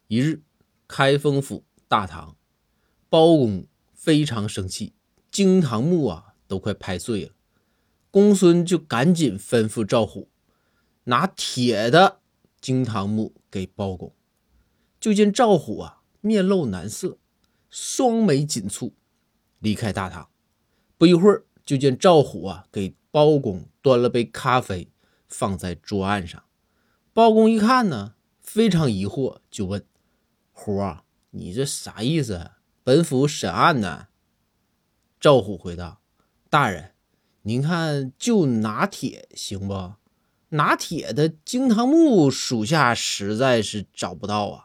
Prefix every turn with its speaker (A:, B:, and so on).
A: 一日，开封府大堂，包公非常生气，惊堂木都快拍碎了。公孙就赶紧吩咐赵虎拿铁的惊堂木给包公。就见赵虎面露难色，双眉紧蹙，离开大堂。不一会儿，就见赵虎给包公端了杯咖啡放在桌案上。包公一看呢，非常疑惑，就问虎你这啥意思？本府审案呢？赵虎回答：大人，您看就拿铁行不？拿铁的惊堂木属下实在是找不到